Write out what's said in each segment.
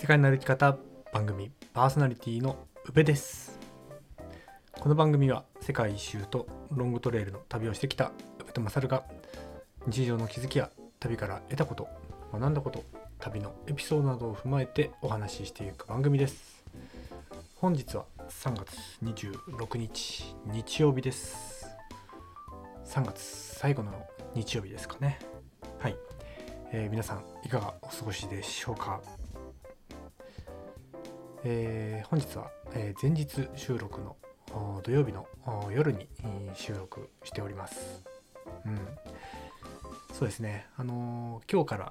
界の歩き方番組パーソナリティの宇部です。この番組は世界一周とロングトレイルの旅をしてきた宇部と勝が日常の気づきや旅から得たこと、学んだこと、旅のエピソードなどを踏まえてお話ししていく番組です。本日は3月26日日曜日です。3月最後の日曜日ですかね。はい、皆さんいかがお過ごしでしょうか。本日は、前日収録の土曜日の夜に収録しております。そうですね、今日から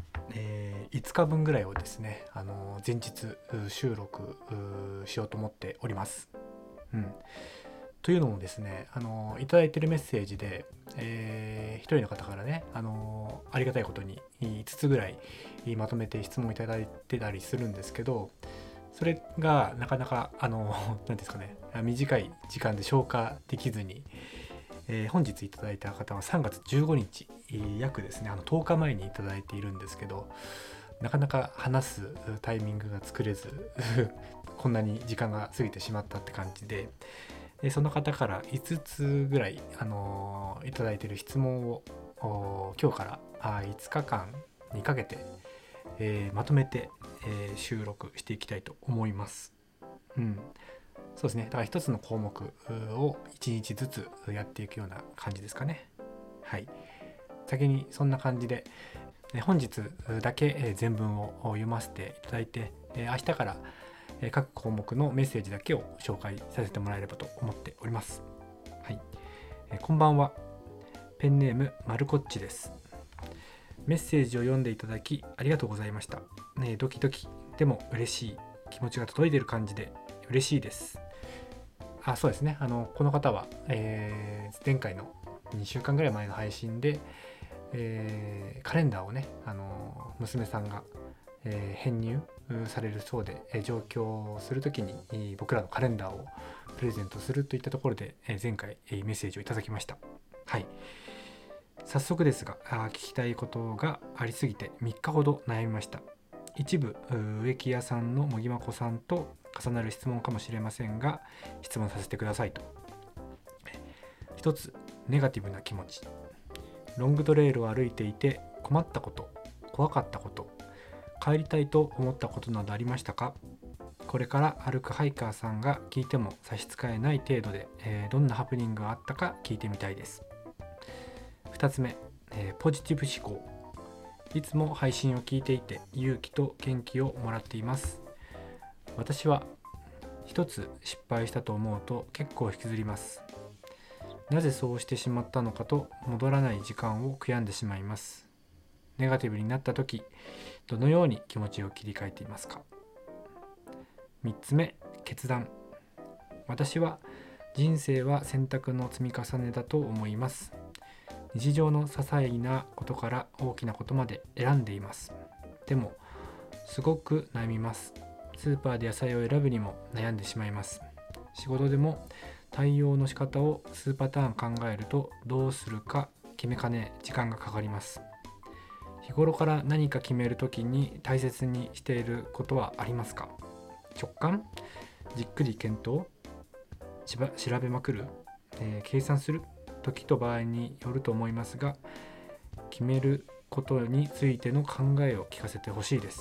、5日分ぐらいをですね、前日収録しようと思っております。というのもですね、いただいているメッセージで、一人の方からね、ありがたいことに5つぐらいまとめて質問いただいてたりするんですけど、それがなかなか何ですかね、短い時間で消化できずに、本日いただいた方は3月15日、約ですね10日前にいただいているんですけど、なかなか話すタイミングが作れずこんなに時間が過ぎてしまったって感じで、その方から5つぐらい、いただいている質問を今日から5日間にかけて、まとめて、収録していきたいと思います。そうですね、だから一つの項目を1日ずつやっていくような感じですかね。はい、先にそんな感じで本日だけ全文を読ませていただいて、明日から各項目のメッセージだけを紹介させてもらえればと思っております。はい、こんばんは。ペンネームまるこっちです。メッセージを読んでいただきありがとうございました。ドキドキでも嬉しい気持ちが届いている感じで嬉しいです。そうですね、この方は、前回の2週間ぐらい前の配信で、カレンダーをね、娘さんが、編入されるそうで、上京するときに僕らのカレンダーをプレゼントするといったところで、前回メッセージをいただきました。はい、早速ですが聞きたいことがありすぎて3日ほど悩みました。一部植木屋さんのもぎまこさんと重なる質問かもしれませんが質問させてくださいと。一つ、ネガティブな気持ち。ロングトレイルを歩いていて困ったこと、怖かったこと、帰りたいと思ったことなどありましたか？これから歩くハイカーさんが聞いても差し支えない程度で、どんなハプニングがあったか聞いてみたいです。2つ目、ポジティブ思考。いつも配信を聞いていて勇気と元気をもらっています。私は一つ失敗したと思うと結構引きずります。なぜそうしてしまったのかと戻らない時間を悔やんでしまいます。ネガティブになった時、どのように気持ちを切り替えていますか？3つ目、決断。私は人生は選択の積み重ねだと思います。日常の些細なことから大きなことまで選んでいます。でもすごく悩みます。スーパーで野菜を選ぶにも悩んでしまいます。仕事でも対応の仕方を数パターン考えるとどうするか決めかね時間がかかります。日頃から何か決めるときに大切にしていることはありますか？直感？じっくり検討？調べまくる？計算する？時と場合によると思いますが、決めることについての考えを聞かせてほしいです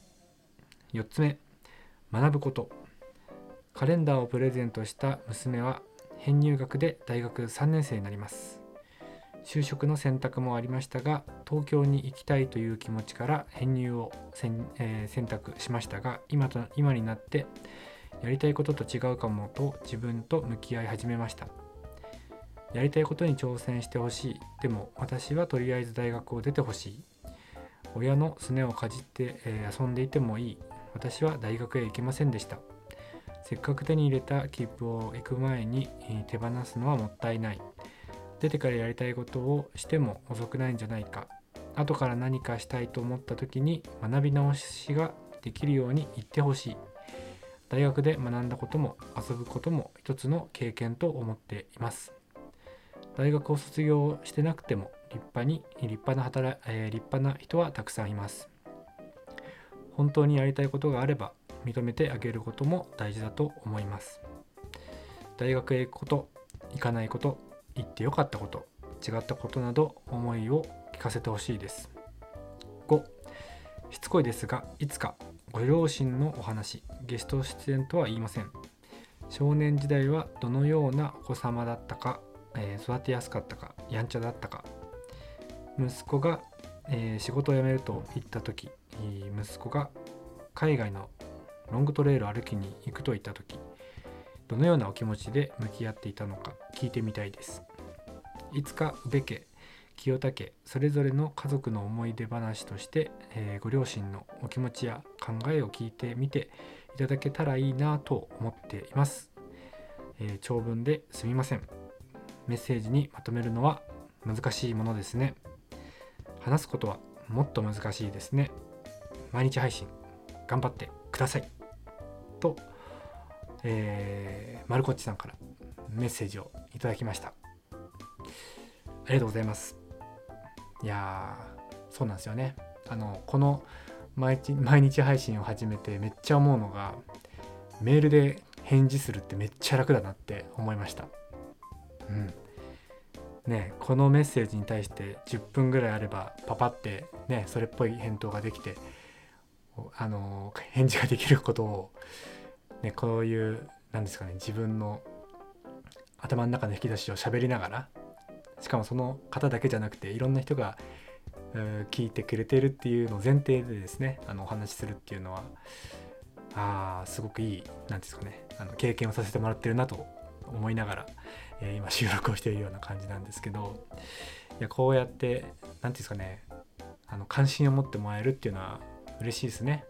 。4つ目、学ぶこと。カレンダーをプレゼントした娘は編入学で大学3年生になります。就職の選択もありましたが、東京に行きたいという気持ちから編入を選択しましたが、今になってやりたいことと違うかもと自分と向き合い始めました。やりたいことに挑戦してほしい。でも私はとりあえず大学を出てほしい。親のすねをかじって、遊んでいてもいい。私は大学へ行けませんでした。せっかく手に入れた切符を行く前に、手放すのはもったいない。出てからやりたいことをしても遅くないんじゃないか。後から何かしたいと思った時に学び直しができるように言ってほしい。大学で学んだことも遊ぶことも一つの経験と思っています。大学を卒業してなくても立派な人はたくさんいます。 本当にやりたいことがあれば認めてあげることも大事だと思います。大学へ行くこと、行かないこと、行ってよかったこと、違ったことなど思いを聞かせてほしいです。5、しつこいですがいつかご両親のお話、ゲスト出演とは言いません。少年時代はどのようなお子様だったか、育てやすかったか、やんちゃだったか、息子が、仕事を辞めると言った時、息子が海外のロングトレイルを歩きに行くと言った時、どのようなお気持ちで向き合っていたのか聞いてみたいです。いつか宇部家、清田家それぞれの家族の思い出話として、ご両親のお気持ちや考えを聞いてみていただけたらいいなと思っています。長文ですみません。メッセージにまとめるのは難しいものですね。話すことはもっと難しいですね。毎日配信頑張ってくださいと、まるこっちさんからメッセージをいただきました。ありがとうございます。いやー、そうなんですよね。この毎日配信を始めてめっちゃ思うのが、メールで返事するってめっちゃ楽だなって思いました。ね、このメッセージに対して10分ぐらいあればパパってね、それっぽい返答ができて、返事ができることを、ね、こういうなんですかね、自分の頭の中の引き出しを喋りながら、しかもその方だけじゃなくていろんな人が聞いてくれてるっていうのを前提でですね、お話しするっていうのはすごくいい、なんですかね、経験をさせてもらってるなと思いながら、今収録をしているような感じなんですけど、いや、こうやってなんていうんですかね、関心を持ってもらえるっていうのは嬉しいですね。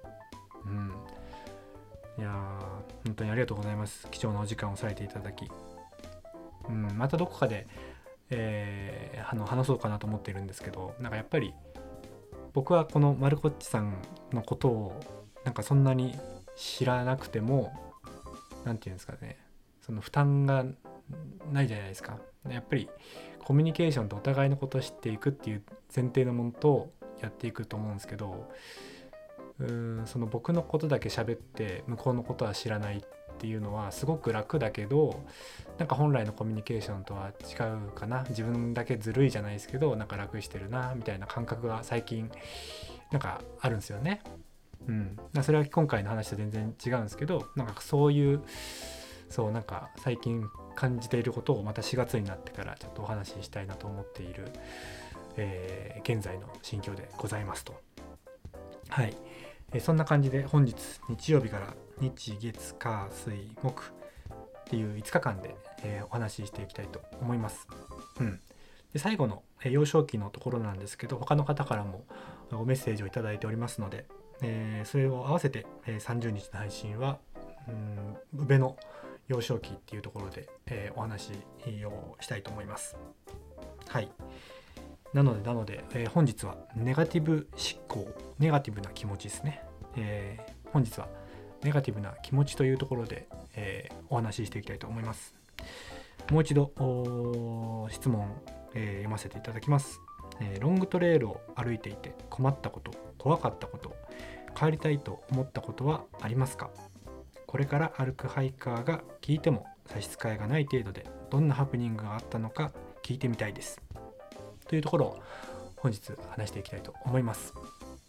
いや本当にありがとうございます。貴重なお時間を割いていただき、またどこかで、話そうかなと思っているんですけど、なんかやっぱり僕はこのまるこっちさんのことをなんかそんなに知らなくても、なんていうんですかね、その負担がないじゃないですか。やっぱりコミュニケーションとお互いのことを知っていくっていう前提のものとやっていくと思うんですけど、その僕のことだけ喋って向こうのことは知らないっていうのはすごく楽だけど、なんか本来のコミュニケーションとは違うかな、自分だけずるいじゃないですけど、なんか楽してるなみたいな感覚が最近なんかあるんですよね。それは今回の話と全然違うんですけど、なんかそういう、そうなんか最近感じていることをまた4月になってからちょっとお話ししたいなと思っている、現在の心境でございますと。はい、そんな感じで本日日曜日から日月火水木っていう5日間で、お話ししていきたいと思います。で最後の、幼少期のところなんですけど、他の方からもメッセージをいただいておりますので、それを合わせて、30日の配信は宇部の幼少期っていうところで、お話をしたいと思います。はい。なので、本日はネガティブ思考、ネガティブな気持ちですね。本日はネガティブな気持ちというところで、お話ししていきたいと思います。もう一度質問、読ませていただきます。ロングトレイルを歩いていて困ったこと、怖かったこと、帰りたいと思ったことはありますか？これから歩くハイカーが聞いても差し支えがない程度でどんなハプニングがあったのか聞いてみたいです。というところを本日話していきたいと思います。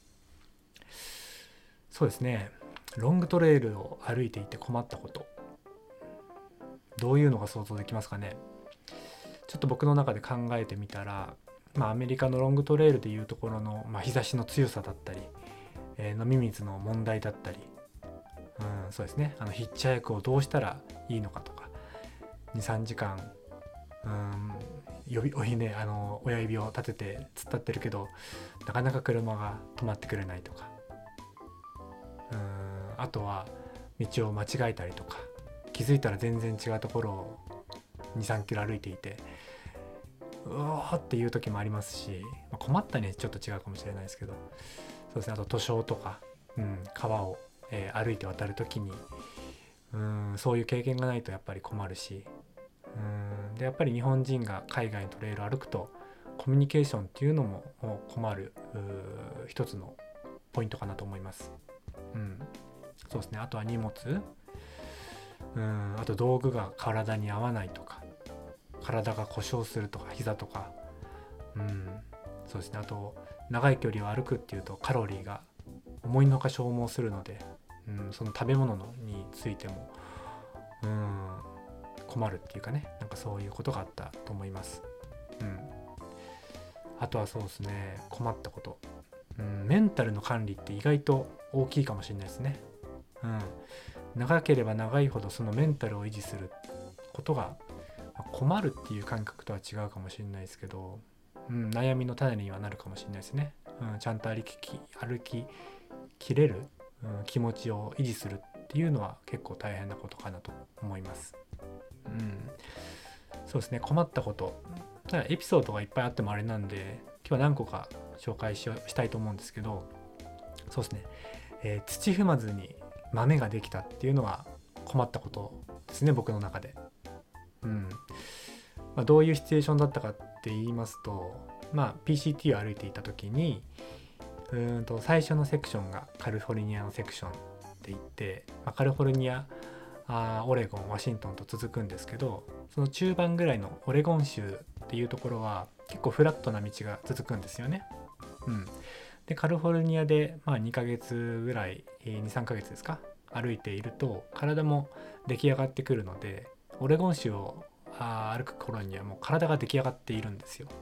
そうですね。ロングトレイルを歩いていて困ったこと。どういうのが想像できますかね。ちょっと僕の中で考えてみたら、アメリカのロングトレイルでいうところの、日差しの強さだったり、飲み水の問題だったり、そうですね、ヒッチハイクをどうしたらいいのかとか、 2,3 時間親指を立てて突っ立ってるけどなかなか車が止まってくれないとか、あとは道を間違えたりとか、気づいたら全然違うところを 2,3 キロ歩いていてうおーっていう時もありますし、困ったにはちょっと違うかもしれないですけど、そうですね、あと図書とか、川を、歩いて渡る時にそういう経験がないとやっぱり困るし、でやっぱり日本人が海外のトレイルを歩くとコミュニケーションっていうのも困る一つのポイントかなと思います。 うん、そうですね。あとは荷物、あと道具が体に合わないとか、体が故障するとか、膝とか、そうですね。あと長い距離を歩くっていうとカロリーが思いのほか消耗するので、その食べ物についても困るっていうかね、なんかそういうことがあったと思います。あとはそうですね、困ったこと、メンタルの管理って意外と大きいかもしれないですね。長ければ長いほどそのメンタルを維持することが困るっていう感覚とは違うかもしれないですけど、悩みの種にはなるかもしれないですね。ちゃんと歩ききれる、気持ちを維持するっていうのは結構大変なことかなと思います。そうですね、困ったこと、エピソードがいっぱいあってもあれなんで、今日は何個か紹介したいと思うんですけど、そうですね、土踏まずに豆ができたっていうのは困ったことですね、僕の中で。どういうシチュエーションだったかって言いますと、PCT を歩いていた時に最初のセクションがカリフォルニアのセクションって言って、カリフォルニア、オレゴン、ワシントンと続くんですけど、その中盤ぐらいのオレゴン州っていうところは結構フラットな道が続くんですよね。でカリフォルニアで2ヶ月ぐらい、23ヶ月ですか、歩いていると体も出来上がってくるので、オレゴン州を歩く頃にはもう体が出来上がっているんですよ。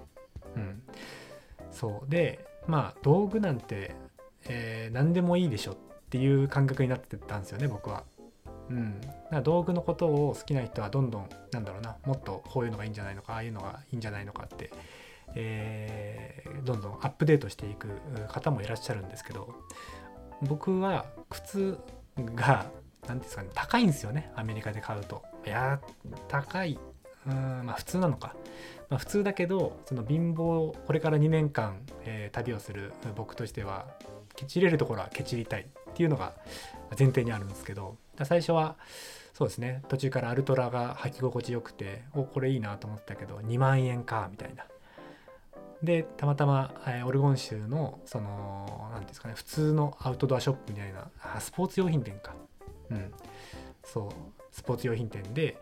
そうで、道具なんて、何でもいいでしょっていう感覚になってたんですよね、僕は。だから道具のことを好きな人はどんどんもっとこういうのがいいんじゃないのか、ああいうのがいいんじゃないのかって、どんどんアップデートしていく方もいらっしゃるんですけど、僕は靴が何ですかね、高いんですよね、アメリカで買うと。いや高い、普通なのか、普通だけど、その貧乏これから2年間、旅をする僕としてはケチれるところはケチりたいっていうのが前提にあるんですけど、最初はそうですね、途中からアルトラが履き心地よくて、これいいなと思ったけど2万円かみたいな。でたまたま、オレゴン州のその何ですかね、普通のアウトドアショップみたいな、スポーツ用品店か、そうスポーツ用品店で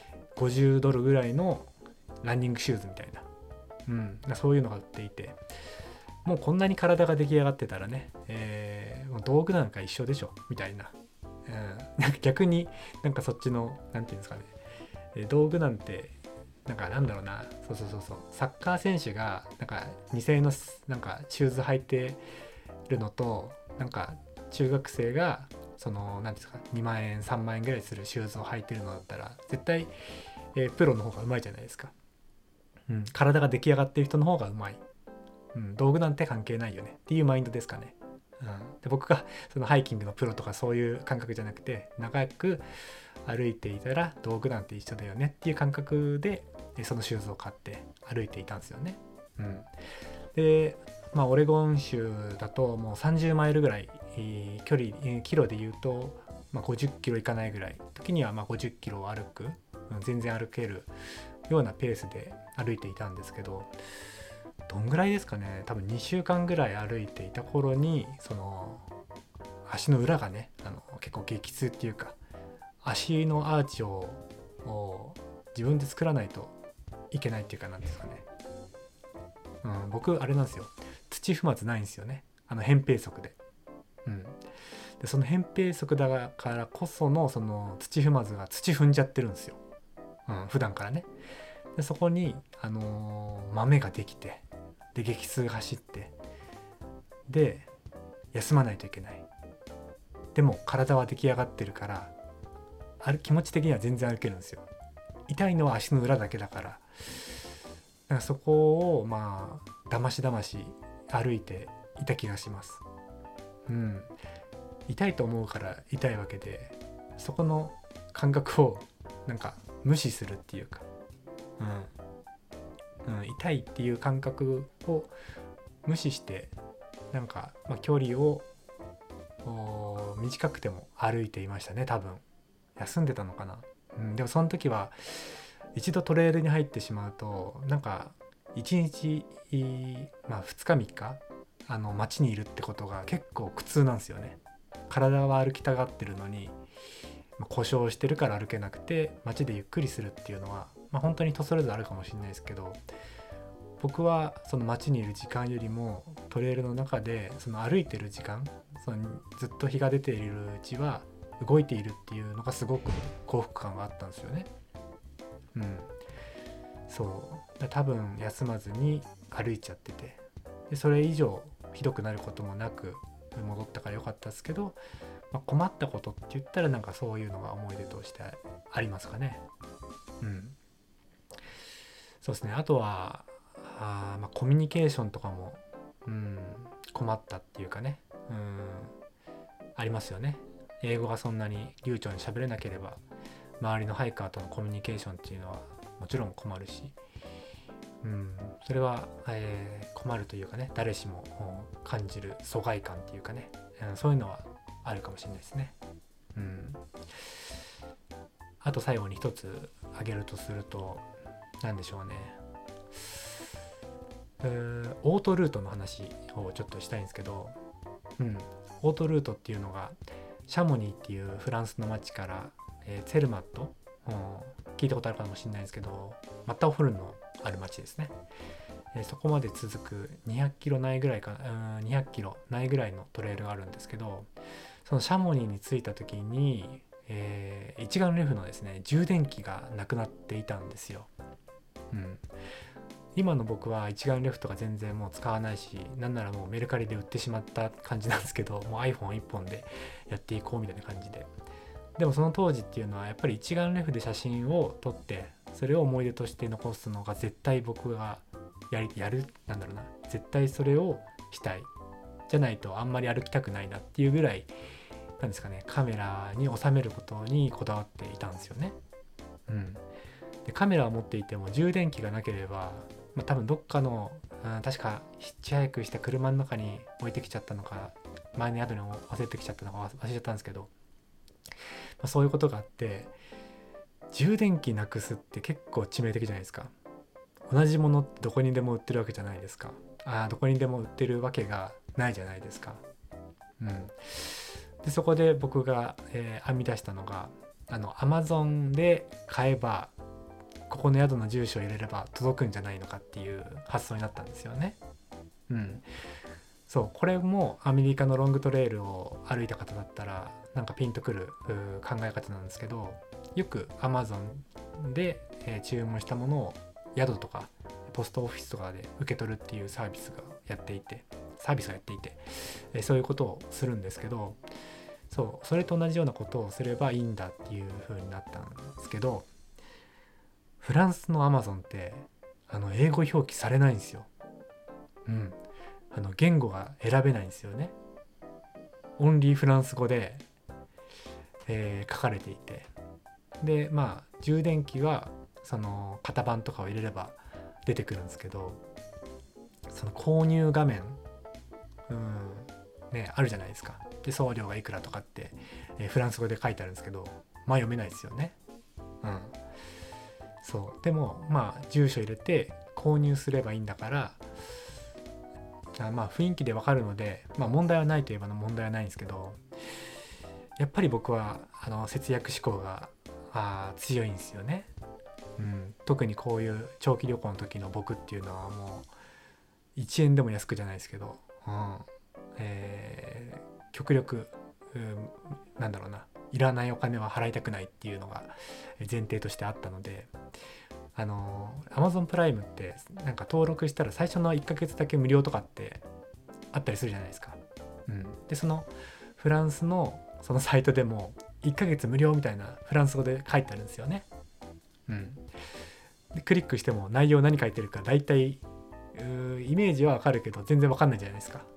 50ドルぐらいのランニングシューズみたいな、そういうのが売っていて、もうこんなに体が出来上がってたらね、もう道具なんか一緒でしょみたいな、なんか逆になんかそっちのなんていうんですかね、道具なんてそうサッカー選手がなんか2000円のなんかシューズ履いてるのと、なんか中学生がその何ですか2万円3万円ぐらいするシューズを履いてるのだったら絶対、プロの方がうまいじゃないですか。体が出来上がってる人の方がうまい、道具なんて関係ないよねっていうマインドですかね。で僕がそのハイキングのプロとかそういう感覚じゃなくて、長く歩いていたら道具なんて一緒だよねっていう感覚でそのシューズを買って歩いていたんですよね。でオレゴン州だともう30マイルぐらい、距離、キロで言うと、50キロいかないぐらい、時には50キロを歩く、全然歩けるようなペースで歩いていたんですけど、どんぐらいですかね、多分2週間ぐらい歩いていた頃にその足の裏がね、結構激痛っていうか、足のアーチを自分で作らないといけないっていうかなんですかね、僕あれなんですよ、土踏まずないんですよね、扁平足で。でその扁平足だからこそのその土踏まずが土踏んじゃってるんですよ、普段からね。でそこに、豆ができて、で激痛が走って、で休まないといけない。でも体は出来上がってるから、気持ち的には全然歩けるんですよ。痛いのは足の裏だけだから、だからそこをだましだまし歩いていた気がします。痛いと思うから痛いわけで、そこの感覚をなんか無視するっていうか、痛いっていう感覚を無視して、なんか、距離を短くても歩いていましたね。多分休んでたのかな。でもその時は一度トレイルに入ってしまうと、なんか1日、2日3日街にいるってことが結構苦痛なんですよね。 体は歩きたがってるのに、故障してるから歩けなくて街でゆっくりするっていうのは、本当に人それぞれあるかもしれないですけど、僕はその街にいる時間よりもトレイルの中でその歩いてる時間、そのずっと日が出ているうちは動いているっていうのがすごく幸福感があったんですよね。そう多分休まずに歩いちゃってて、でそれ以上ひどくなることもなく戻ったから良かったですけど、困ったことって言ったらなんかそういうのが思い出としてありますかね。そうですね。あとはコミュニケーションとかも困ったっていうかね、ありますよね。英語がそんなに流暢に喋れなければ周りのハイカーとのコミュニケーションっていうのはもちろん困るし、それは、困るというかね、誰しも感じる疎外感っていうかね、そういうのはあるかもしれないですね。あと最後に一つ挙げるとすると何でしょうね、オートルートの話をちょっとしたいんですけど、オートルートっていうのがシャモニーっていうフランスの町から、ツェルマット、聞いたことあるかもしれないですけど、マッターホルンのある町ですね。そこまで続く200キロないぐらいか、200キロないぐらいのトレイルがあるんですけど、そのシャモニーに着いた時に、一眼レフのですね充電器がなくなっていたんですよ。今の僕は一眼レフとか全然もう使わないし、なんならもうメルカリで売ってしまった感じなんですけど、もう iPhone 一本でやっていこうみたいな感じで。でもその当時っていうのはやっぱり一眼レフで写真を撮ってそれを思い出として残すのが絶対僕がやるなんだろうな、絶対それをしたい、じゃないとあんまり歩きたくないなっていうぐらいなんですかね、カメラに収めることにこだわっていたんですよね。でカメラを持っていても充電器がなければ、多分どっかの、確かヒッチハイクした車の中に置いてきちゃったのか、前の宿に忘れてきちゃったのか忘れちゃったんですけど、そういうことがあって、充電器なくすって結構致命的じゃないですか。同じものってどこにでも売ってるわけじゃないですか。どこにでも売ってるわけがないじゃないですか。でそこで僕が、編み出したのがAmazon で買えばここの宿の住所を入れれば届くんじゃないのかっていう発想になったんですよね。そうこれもアメリカのロングトレイルを歩いた方だったらなんかピンとくる考え方なんですけど、よく Amazon で、注文したものを宿とかポストオフィスとかで受け取るっていうサービスがやっていて、そういうことをするんですけど、それと同じようなことをすればいいんだっていう風になったんですけど、フランスの Amazon って英語表記されないんですよ。言語が選べないんですよね。オンリーフランス語で、書かれていて、で充電器はその型番とかを入れれば出てくるんですけど、その購入画面あるじゃないですか。で送料がいくらとかって、フランス語で書いてあるんですけど、読めないですよね。でも住所入れて購入すればいいんだから、雰囲気でわかるので、問題はないといえば問題はないんですけど、やっぱり僕は節約志向が強いんですよね。特にこういう長期旅行の時の僕っていうのはもう1円でも安くじゃないですけど、極力いらないお金は払いたくないっていうのが前提としてあったので、Amazon プライムってなんか登録したら最初の1ヶ月だけ無料とかってあったりするじゃないですか。でそのフランスのそのサイトでも1ヶ月無料みたいなフランス語で書いてあるんですよね。でクリックしても内容何書いてるか大体イメージはわかるけど全然わかんないじゃないですか。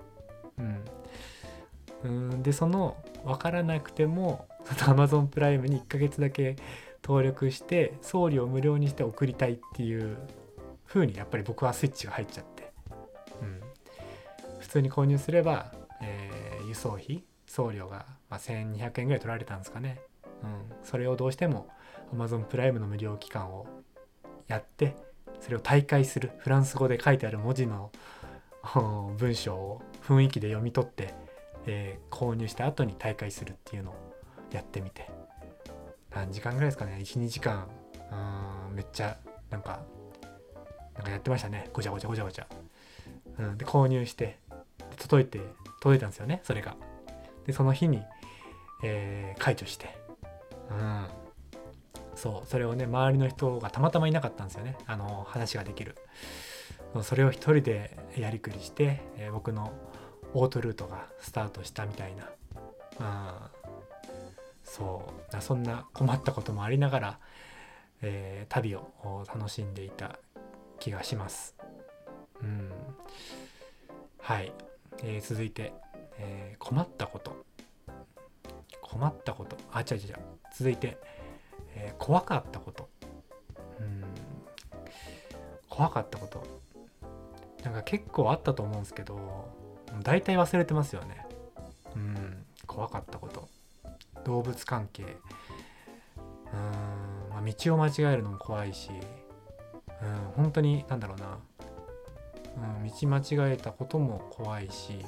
でそのわからなくてもAmazon プライムに1ヶ月だけ登録して送料無料にして送りたいっていう風にやっぱり僕はスイッチが入っちゃって、普通に購入すれば、輸送費送料が、1200円ぐらい取られたんですかね。それをどうしても Amazon プライムの無料期間をやってそれを退会する、フランス語で書いてある文章を雰囲気で読み取って購入した後に大会するっていうのをやってみて、何時間ぐらいですかね、 1,2 時間めっちゃなんかやってましたね。ごちゃごちゃごちゃごちゃ、で購入して届いたんですよね、それが。でその日に、解除して、それをね、周りの人がたまたまいなかったんですよね、話ができる。それを一人でやりくりして、僕のオートルートがスタートしたみたいな、そんな困ったこともありながら、旅を楽しんでいた気がします。はい、続いて、困ったこと続いて、怖かったこと。怖かったことなんか結構あったと思うんですけど、大体忘れてますよね。怖かったこと、動物関係、道を間違えるのも怖いし、本当に道間違えたことも怖いし、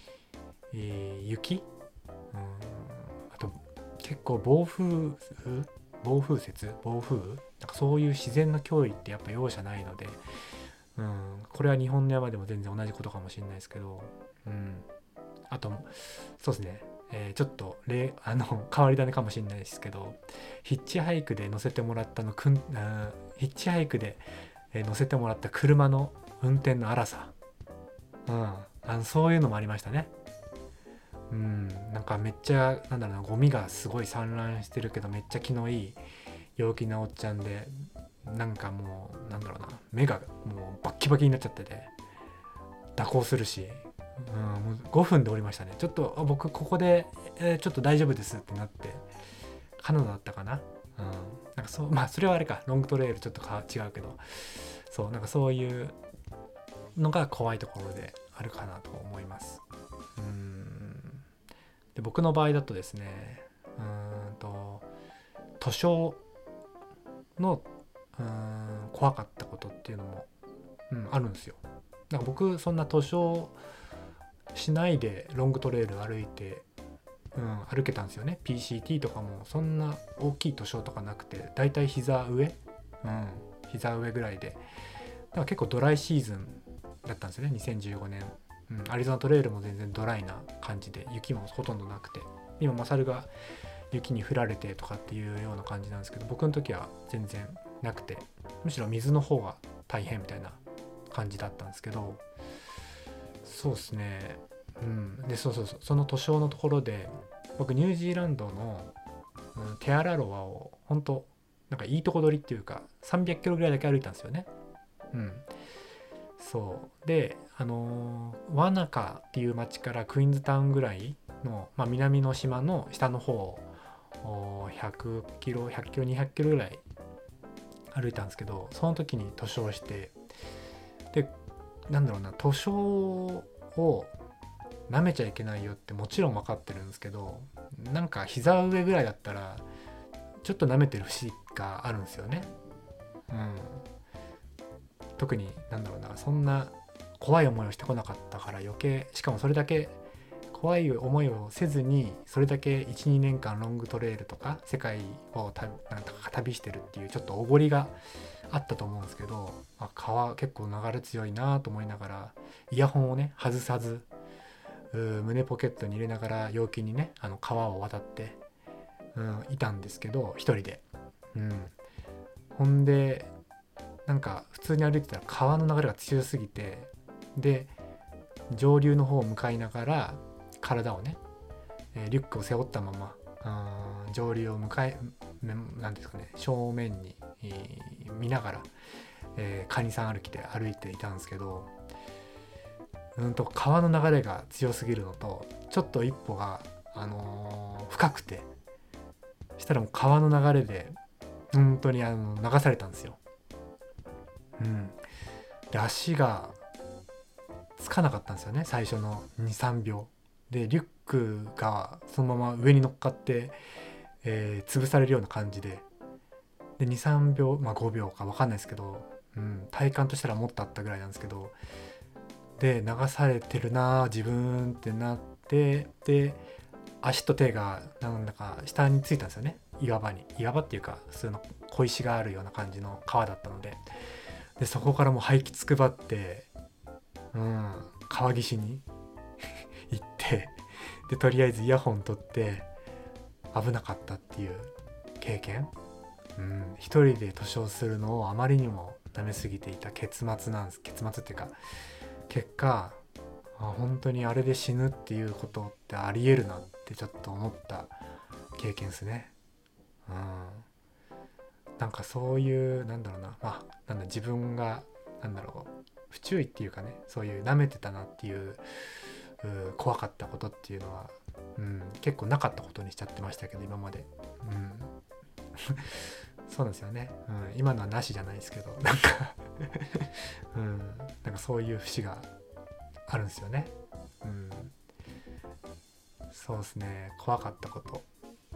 雪、あと結構暴風雪、なんかそういう自然の脅威ってやっぱ容赦ないので、これは日本の山でも全然同じことかもしれないですけど、あとそうですね、ちょっと変わり種かもしれないですけど、ヒッチハイクで乗せてもらった車の運転の荒さ、そういうのもありましたね。なんかめっちゃゴミがすごい散乱してるけどめっちゃ気のいい陽気なおっちゃんで、なんかもう目がもうバッキバキになっちゃってて蛇行するし、もう5分で降りましたね。ちょっと僕ここで、ちょっと大丈夫ですってなって、カナダだったかな。なんかそれはあれか、ロングトレイルちょっと違うけど、なんかそういうのが怖いところであるかなと思います。で僕の場合だとですね、図書の怖かったことっていうのも、あるんですよ。なんか僕そんな図書しないでロングトレイル歩いて、歩けたんですよね。 PCT とかもそんな大きい図書とかなくて、だいたい膝上ぐらいで、だから結構ドライシーズンだったんですよね、2015年。アリゾナトレイルも全然ドライな感じで、雪もほとんどなくて、今マサルが雪に降られてとかっていうような感じなんですけど、僕の時は全然なくて、むしろ水の方が大変みたいな感じだったんですけど、そうですね。でその図書のところで、僕ニュージーランドの、テアラロアを本当なんかいいとこ取りっていうか300キロぐらいだけ歩いたんですよね。でワナカっていう町からクイーンズタウンぐらいの、南の島の下の方100キロ200キロぐらい歩いたんですけど、その時に図書をして、で図書を舐めちゃいけないよってもちろん分かってるんですけど、なんか膝上ぐらいだったらちょっと舐めてる節があるんですよね。特にそんな怖い思いをしてこなかったから、余計、しかもそれだけ怖い思いをせずにそれだけ 1,2 年間ロングトレイルとか世界を旅してるっていうちょっとおごりがあったと思うんですけど、川結構流れ強いなと思いながら、イヤホンをね外さず胸ポケットに入れながら陽気にね川を渡って、いたんですけど、一人で。ほんでなんか普通に歩いてたら川の流れが強すぎて、で上流の方を向かいながら体をね、リュックを背負ったまま上流をなんですかね、正面に、見ながら、カニさん歩きで歩いていたんですけど、川の流れが強すぎるのと、ちょっと一歩が、深くて、したらもう川の流れで本当に流されたんですよ。で足がつかなかったんですよね、最初の 2,3 秒で。リュックがそのまま上に乗っかって、潰されるような感じで、2,3 秒5秒か分かんないですけど、体感としたらもっとあったぐらいなんですけど、で流されてるな自分ってなっで足と手がなんだか下についたんですよね。岩場っていうか普通の小石があるような感じの川だったので、でそこからもう這いつくばって、川岸に行って、でとりあえずイヤホン取って危なかったっていう経験、一人で図書するのをあまりにも舐めすぎていた結末っていうか結果、本当にあれで死ぬっていうことってありえるなってちょっと思った経験ですね。なんかそういう自分が不注意っていうかね、そういう舐めてたなっていう怖かったことっていうのは、結構なかったことにしちゃってましたけど今まで、そうなんですよね、今のはなしじゃないですけどなんかそういう節があるんですよね。そうですね、怖かったこと、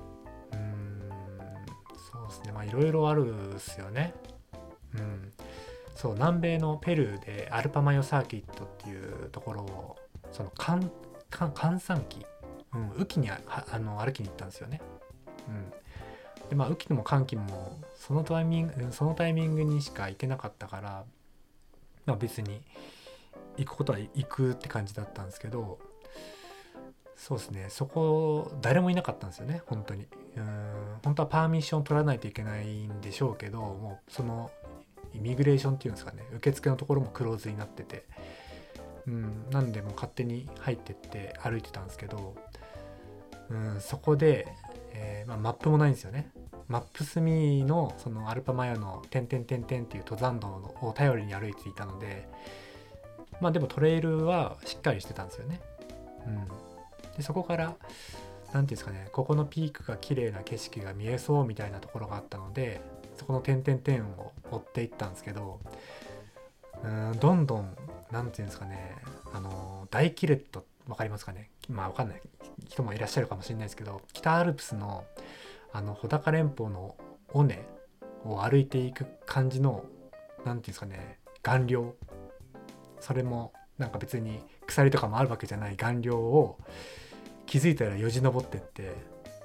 そうですね、いろいろあるっすよね。そう南米のペルーでアルパマヨサーキットっていうところをその閑散期、雨季に歩きに行ったんですよね。で雨季も寒季もそのタイミングにしか行けなかったから、別に行くことは行くって感じだったんですけど、そうですね、そこ誰もいなかったんですよね。本当に本当はパーミッション取らないといけないんでしょうけど、もうそのイミグレーションっていうんですかね、受付のところもクローズになってて、なんでもう勝手に入ってって歩いてたんですけど、そこで、マップもないんですよね。マップ隅のそのアルパマヨの点々点々っていう登山道を頼りに歩いていたので、でもトレイルはしっかりしてたんですよね。でそこからなんていうんですかね、ここのピークが綺麗な景色が見えそうみたいなところがあったので、そこの点々点を追っていったんですけど、どんどんなんていうんですかね、大キレットわかりますかね。わかんない人もいらっしゃるかもしれないですけど、北アルプスの穂高連峰の尾根を歩いていく感じのなんていうんですかね、岩稜、それもなんか別に鎖とかもあるわけじゃない岩稜を気づいたらよじ登ってって、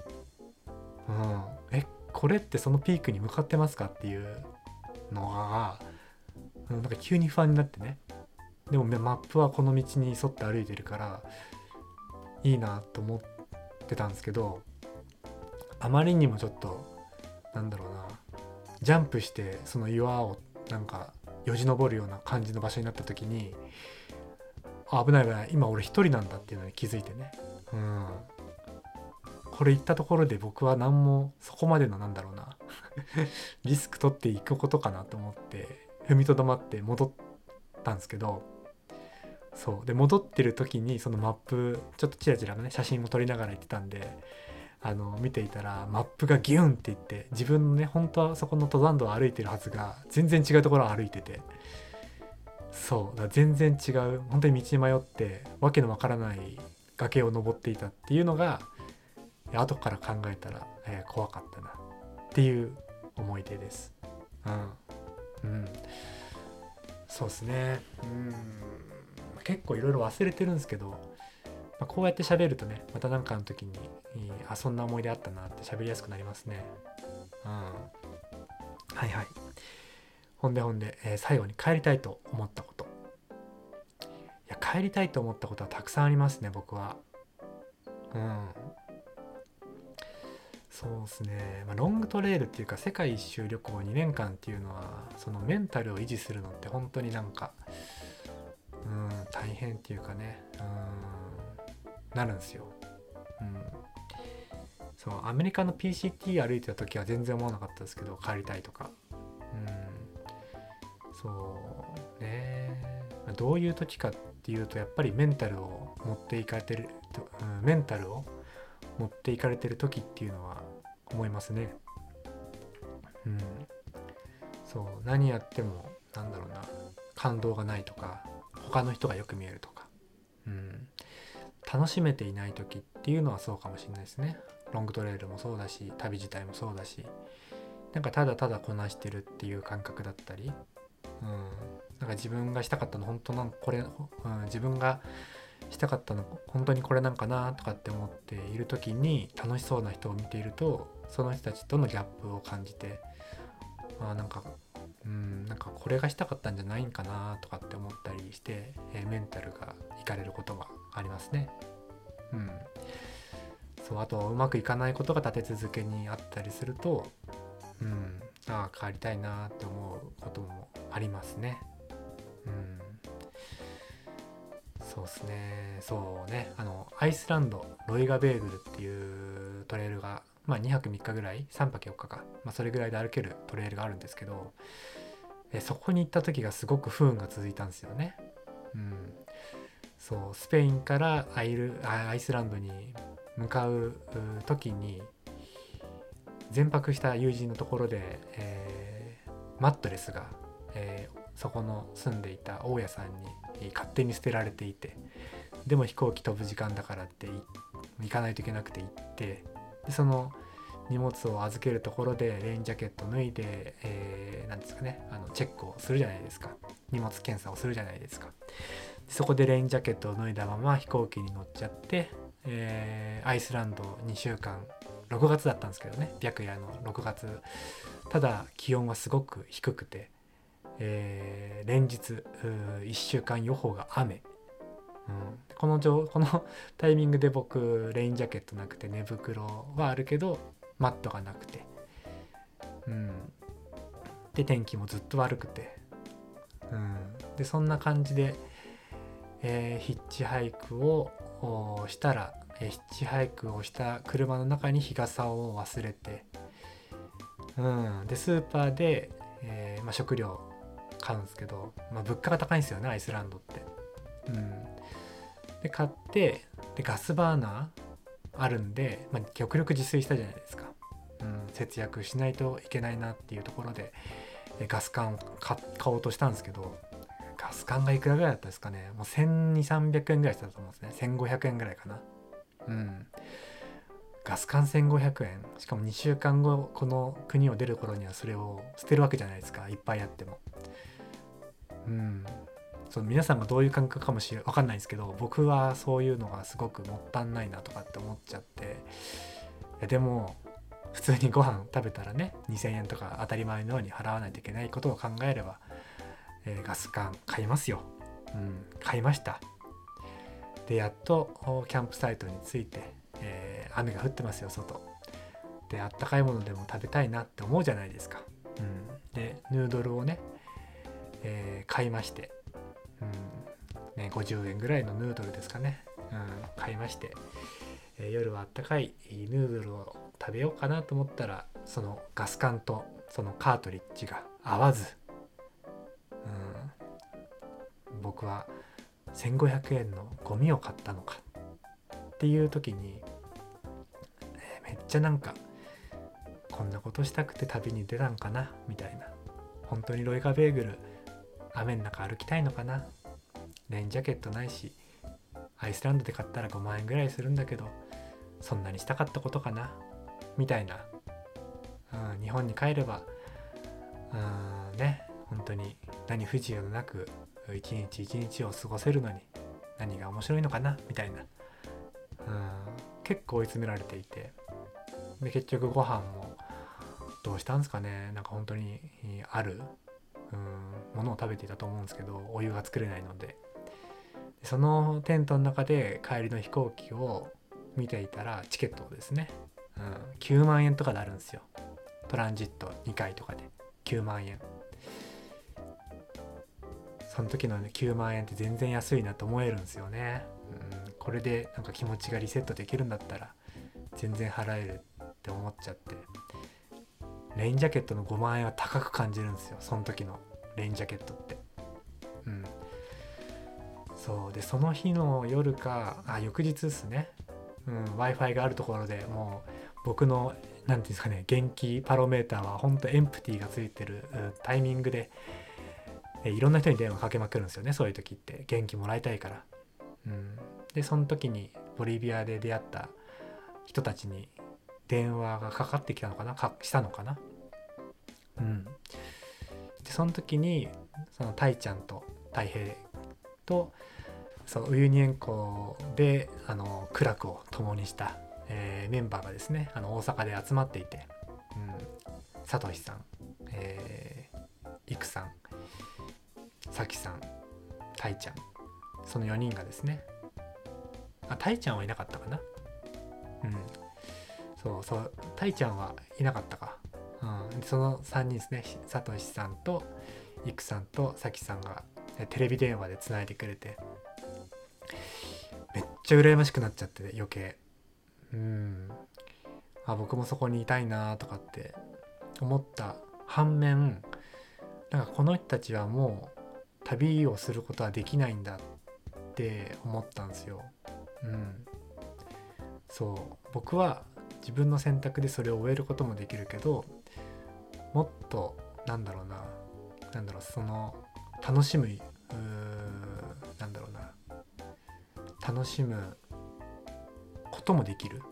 これってそのピークに向かってますかっていうのが、なんか急に不安になってね。でもマップはこの道に沿って歩いてるからいいなと思ってたんですけど、あまりにもちょっとジャンプしてその岩をなんかよじ登るような感じの場所になった時に、危ない危ない、今俺一人なんだっていうのに気づいてね。これ行ったところで僕は何もそこまでのリスク取っていくことかなと思って踏みとどまって戻ったんですけど、そうで戻ってる時にそのマップちょっとチラチラね写真も撮りながら行ってたんで、見ていたらマップがギュンっていって、自分のね本当はそこの登山道を歩いてるはずが全然違うところを歩いてて、そうだから全然違う、本当に道に迷ってわけのわからない崖を登っていたっていうのが後から考えたら、怖かったなっていう思い出です。そうですね。結構いろいろ忘れてるんですけど、こうやって喋るとね、また何かの時にそんな思い出あったなって喋りやすくなりますね。はいはい。ほんで、最後に帰りたいと思ったこと。いや帰りたいと思ったことはたくさんありますね、僕は。そうですね、ロングトレイルっていうか世界一周旅行2年間っていうのはそのメンタルを維持するのって本当に大変っていうかね、なるんですよ。そうアメリカの PCT 歩いてた時は全然思わなかったですけど、帰りたいとか、そうね、どういう時かっていうとやっぱりメンタルを持っていかれてる、メンタルを持っていかれてる時っていうのは思いますね。そう何やっても感動がないとか、他の人がよく見えるとか、楽しめていない時っていうのはそうかもしれないですね。ロングトレイルもそうだし、旅自体もそうだし、ただただこなしてるっていう感覚だったり、自分がしたかったの本当これ、自分がしたかったの本当にこれなんかなとかって思っている時に、楽しそうな人を見ているとその人たちとのギャップを感じて、なんかなんかこれがしたかったんじゃないんかなとかって思ったりして、メンタルがいかれることがありますね。そうあとうまくいかないことが立て続けにあったりすると、変わりたいなって思うこともありますね。そうですね。そうね、アイスランドロイガベーグルっていうトレイルが、2泊3日ぐらい、3泊4日か、それぐらいで歩けるトレイルがあるんですけど、そこに行った時がすごく不運が続いたんですよね。そうスペインからアイスランドに向かう時に、前泊した友人のところで、マットレスが、そこの住んでいた大家さんに勝手に捨てられていて、でも飛行機飛ぶ時間だからって行かないといけなくて行って、でその荷物を預けるところでレインジャケット脱いで、なんですかね、チェックをするじゃないですか。荷物検査をするじゃないですか。そこでレインジャケットを脱いだまま飛行機に乗っちゃって、アイスランド2週間、6月だったんですけどね、白夜の6月、ただ気温はすごく低くて、連日1週間予報が雨、このタイミングで僕レインジャケットなくて寝袋はあるけどマットがなくて、で天気もずっと悪くて、でそんな感じで、ヒッチハイクをしたら、ヒッチハイクをした車の中に日傘を忘れて、でスーパーで、食料買うんですけど、物価が高いんですよね、アイスランドって。で買って、でガスバーナーあるんで、極力自炊したじゃないですか。節約しないといけないなっていうところで、ガス缶を買おうとしたんですけど、ガス缶がいくらぐらいだったですかね。もう1200-300円ぐらいしたと思うんですね。1500円ぐらいかな。ガス缶1500円、しかも2週間後この国を出る頃にはそれを捨てるわけじゃないですか、いっぱいあっても。その皆さんがどういう感覚かもわかんないんですけど、僕はそういうのがすごくもったいないなとかって思っちゃって、でも普通にご飯食べたらね、2000円とか当たり前のように払わないといけないことを考えれば、ガス缶買いますよ。買いました。でやっとキャンプサイトに着いて、雨が降ってますよ外で、あったかいものでも食べたいなって思うじゃないですか。でヌードルをね、買いまして、50円ぐらいのヌードルですかね、買いまして、夜はあったかいヌードルを食べようかなと思ったら、そのガス缶とそのカートリッジが合わず、僕は1500円のゴミを買ったのかっていう時に、めっちゃなんかこんなことしたくて旅に出たんかなみたいな。本当にロイガベーグル雨の中歩きたいのかな。レインジャケットないし、アイスランドで買ったら5万円ぐらいするんだけど、そんなにしたかったことかなみたいな。日本に帰れば本当に何不自由のなく一日一日を過ごせるのに、何が面白いのかなみたいな。結構追い詰められていて、で結局ご飯もどうしたんですかね、なんか本当にあるものを食べていたと思うんですけど、お湯が作れないので、そのテントの中で帰りの飛行機を見ていたら、チケットをですね、9万円とかであるんですよ。トランジット2回とかで9万円。その時のね9万円って全然安いなと思えるんですよね。これでなんか気持ちがリセットできるんだったら全然払えるって思っちゃって、レインジャケットの5万円は高く感じるんですよ、その時のレインジャケットって。そうで、その日の夜か翌日ですね、Wi-Fi があるところで、もう僕のなんていうんですかね、元気パロメーターは本当エンプティがついてるタイミングで、いろんな人に電話かけまくるんですよね、そういう時って元気もらいたいから。でその時にボリビアで出会った人たちに電話がかかってきたのかな、したのかな。でその時にそのタイちゃんとタイヘイとそうウユニ塩湖で苦楽を共にした、メンバーがですね大阪で集まっていて、さとしさん、いくさん、さきさん、たいちゃん、その4人がですね、たいちゃんはいなかったかな、そうたいちゃんはいなかったか、その3人ですね、さとしさんといくさんとさきさんがテレビ電話でつないでくれて、めっちゃ羨ましくなっちゃって余計、僕もそこにいたいなとかって思った反面、なんかこの人たちはもう旅をすることはできないんだって思ったんですよ。そう僕は自分の選択でそれを終えることもできるけど、もっとその楽しむ楽しむこともできる、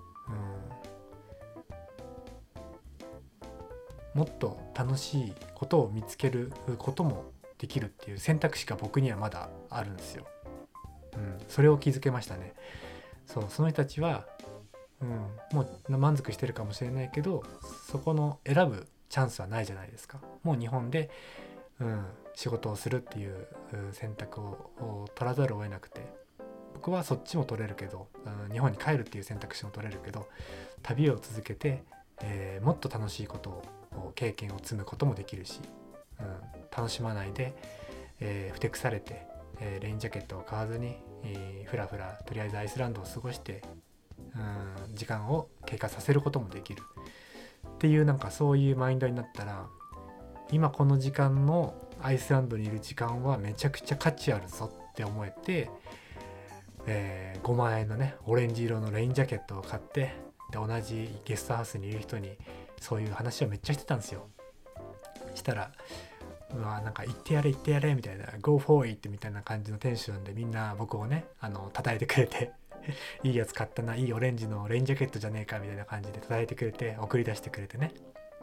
もっと楽しいことを見つけることもできるっていう選択肢が僕にはまだあるんですよ。それを気づけましたね。その人たちは、もう満足してるかもしれないけど、そこの選ぶチャンスはないじゃないですか。もう日本で、仕事をするっていう選択を取らざるを得なくて、僕はそっちも取れるけど、日本に帰るっていう選択肢も取れるけど、旅を続けて、もっと楽しいことを経験を積むこともできるし、楽しまないで、ふてくされて、レインジャケットを買わずに、ふらふらとりあえずアイスランドを過ごして、時間を経過させることもできるっていう、なんかそういうマインドになったら、今この時間のアイスランドにいる時間はめちゃくちゃ価値あるぞって思えて、5万円のねオレンジ色のレインジャケットを買って、で同じゲストハウスにいる人にそういう話をめっちゃしてたんですよ。したら、なんか言ってやれみたいな、 Go for it みたいな感じのテンションでみんな僕をね叩いてくれていいやつ買ったな、いいオレンジのレインジャケットじゃねえかみたいな感じで叩いてくれて、送り出してくれてね。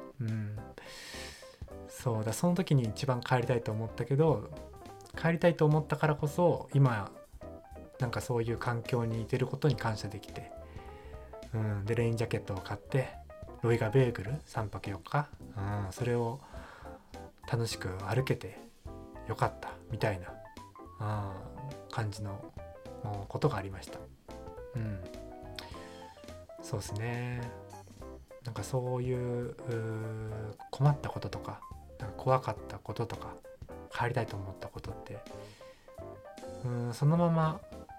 そうだ、その時に一番帰りたいと思ったけど、帰りたいと思ったからこそ今なんかそういう環境にいてることに感謝できて、でレインジャケットを買ってロイガベーグル3泊4日、それを楽しく歩けてよかったみたいな、感じのことがありました。そうですね。なんかそういう困ったこととか、なんか怖かったこととか、帰りたいと思ったことって、そのまま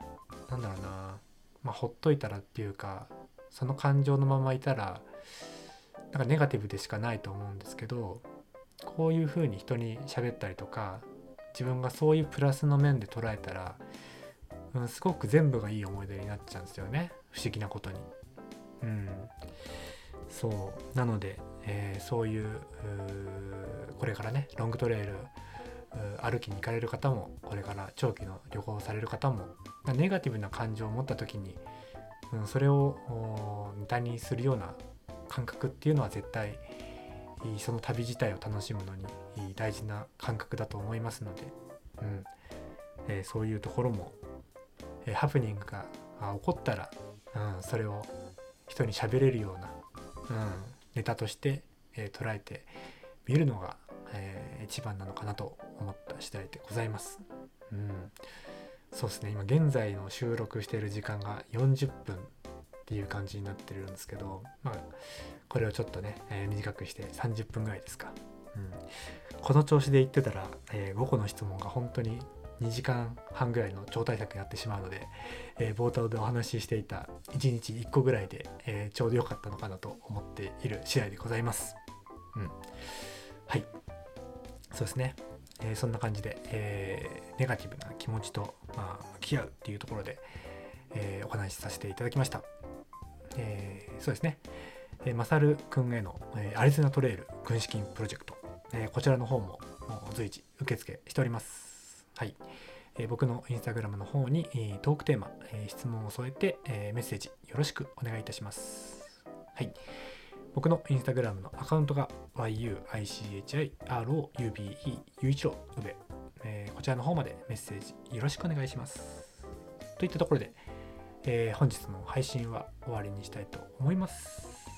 ほっといたらっていうか、その感情のままいたらなんかネガティブでしかないと思うんですけど、こういう風に人に喋ったりとか、自分がそういうプラスの面で捉えたら、すごく全部がいい思い出になっちゃうんですよね、不思議なことに。そうなので、そういうこれからねロングトレイル歩きに行かれる方も、これから長期の旅行をされる方も、ネガティブな感情を持った時に、それをネタにするような感覚っていうのは絶対その旅自体を楽しむのに大事な感覚だと思いますので、そういうところも、ハプニングが起こったら、それを人に喋れるような、ネタとして、捉えてみるのが、一番なのかなと思った次第でございます。そうですね、今現在の収録している時間が40分っていう感じになってるんですけど、これをちょっとね、短くして30分ぐらいですか。この調子で言ってたら、5個の質問が本当に2時間半ぐらいの超大作になってしまうので、冒頭でお話ししていた1日1個ぐらいで、ちょうど良かったのかなと思っている次第でございます。はい、そうですね。そんな感じで、ネガティブな気持ちと、向き合うっていうところで、お話しさせていただきました。そうですね。マサルくんへの、アリゾナトレイル軍資金プロジェクト、こちらの方も随時受付しております。はい。僕のインスタグラムの方にトークテーマ、質問を添えて、メッセージよろしくお願いいたします。はい。僕のインスタグラムのアカウントが yuichirobeiuichiro こちらの方までメッセージよろしくお願いします。 といったところで、本日の配信は終わりにしたいと思います。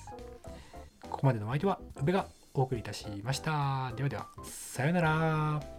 ここまでのお相手は宇部がお送りいたしました。ではでは、さようなら。